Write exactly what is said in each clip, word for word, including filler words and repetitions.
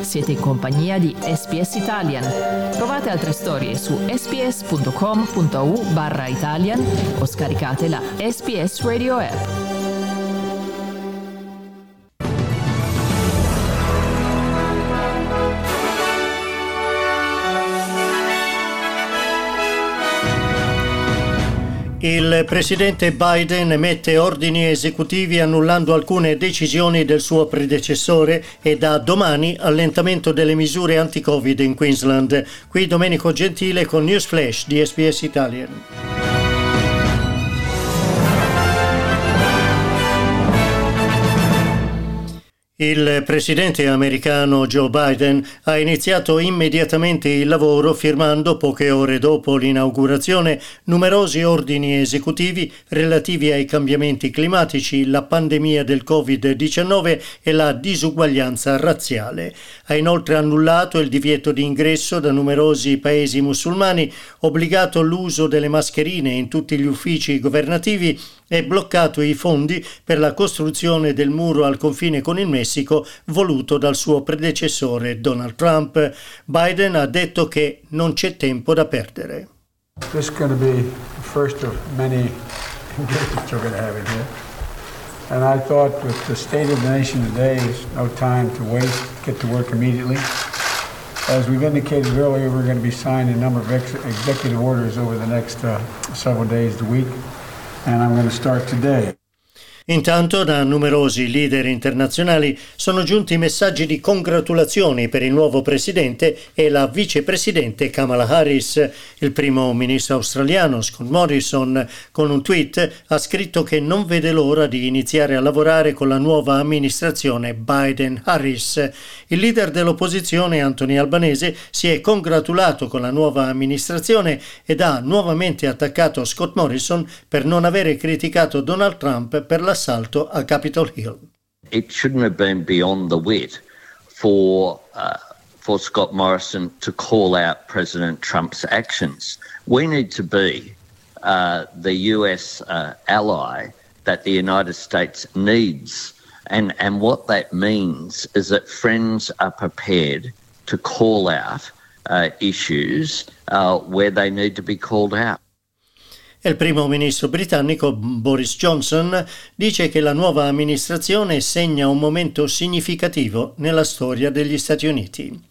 siete in compagnia di S B S Italian. Trovate altre storie su sbs.com.au barra Italian o scaricate la S B S Radio app. Il presidente Biden emette ordini esecutivi annullando alcune decisioni del suo predecessore e da domani allentamento delle misure anti-Covid in Queensland. Qui Domenico Gentile con News Flash di S B S Italian. Il presidente americano Joe Biden ha iniziato immediatamente il lavoro firmando, poche ore dopo l'inaugurazione, numerosi ordini esecutivi relativi ai cambiamenti climatici, la pandemia del covid diciannove e la disuguaglianza razziale. Ha inoltre annullato il divieto di ingresso da numerosi paesi musulmani, obbligato l'uso delle mascherine in tutti gli uffici governativi e bloccato i fondi per la costruzione del muro al confine con il Messico voluto dal suo predecessore Donald Trump. Biden ha detto che non c'è tempo da perdere. This is going to be the first of many engagements we're going to have in here. And I thought with the state of the nation today is no time to waste, get to work immediately. As we've indicated earlier, we're going to be signing a number of ex- executive orders over the next uh, several days to week. And I'm going to start today. Intanto da numerosi leader internazionali sono giunti messaggi di congratulazioni per il nuovo presidente e la vicepresidente Kamala Harris. Il primo ministro australiano Scott Morrison, con un tweet, ha scritto che non vede l'ora di iniziare a lavorare con la nuova amministrazione Biden-Harris. Il leader dell'opposizione Anthony Albanese si è congratulato con la nuova amministrazione ed ha nuovamente attaccato Scott Morrison per non avere criticato Donald Trump per la assalto a Capitol Hill. It shouldn't have been beyond the wit for uh, for Scott Morrison to call out President Trump's actions. We need to be uh, the U S uh, ally that the United States needs, and and what that means is that friends are prepared to call out uh, issues uh, where they need to be called out. Il primo ministro britannico Boris Johnson dice che la nuova amministrazione segna un momento significativo nella storia degli Stati Uniti.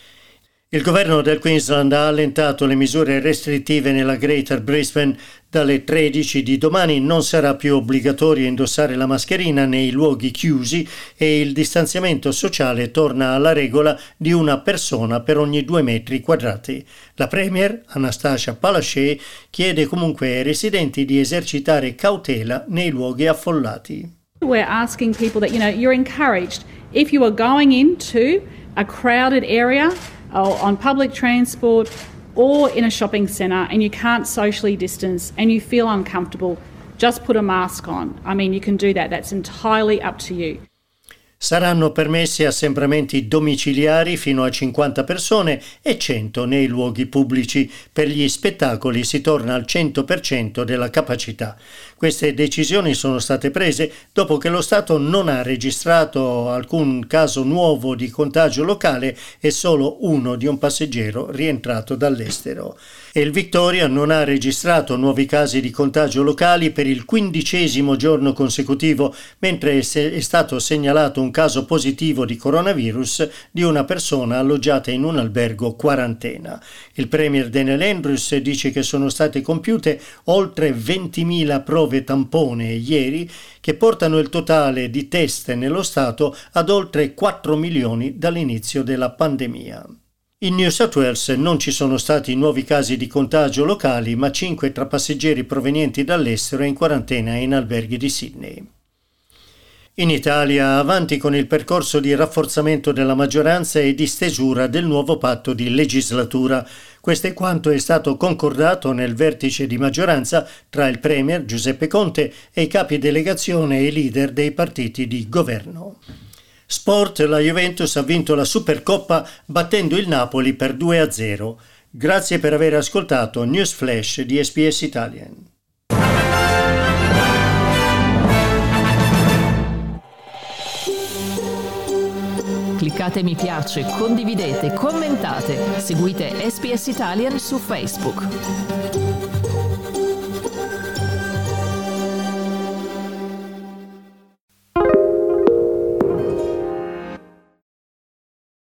Il governo del Queensland ha allentato le misure restrittive nella Greater Brisbane. Dalle tredici di domani non sarà più obbligatorio indossare la mascherina nei luoghi chiusi e il distanziamento sociale torna alla regola di una persona per ogni due metri quadrati. La Premier, Anastasia Palaszczuk, chiede comunque ai residenti di esercitare cautela nei luoghi affollati. We're asking people that, you know, you're encouraged, if you are going into a crowded area or on public transport or in a shopping centre and you can't socially distance and you feel uncomfortable, just put a mask on. I mean, you can do that. That's entirely up to you. Saranno permessi assembramenti domiciliari fino a cinquanta persone e cento nei luoghi pubblici. Per gli spettacoli si torna al cento per cento della capacità. Queste decisioni sono state prese dopo che lo Stato non ha registrato alcun caso nuovo di contagio locale e solo uno di un passeggero rientrato dall'estero. E il Victoria non ha registrato nuovi casi di contagio locali per il quindicesimo giorno consecutivo, mentre è stato segnalato un caso positivo di coronavirus di una persona alloggiata in un albergo quarantena. Il premier Daniel Andrews dice che sono state compiute oltre ventimila prove tampone ieri, che portano il totale di test nello Stato ad oltre quattro milioni dall'inizio della pandemia. In New South Wales non ci sono stati nuovi casi di contagio locali, ma cinque tra passeggeri provenienti dall'estero in quarantena in alberghi di Sydney. In Italia, avanti con il percorso di rafforzamento della maggioranza e di stesura del nuovo patto di legislatura. Questo è quanto è stato concordato nel vertice di maggioranza tra il premier Giuseppe Conte e i capi delegazione e i leader dei partiti di governo. Sport, la Juventus ha vinto la Supercoppa battendo il Napoli per due a zero. Grazie per aver ascoltato News Flash di S B S Italian. Cliccate mi piace, condividete, commentate, seguite S B S Italian su Facebook.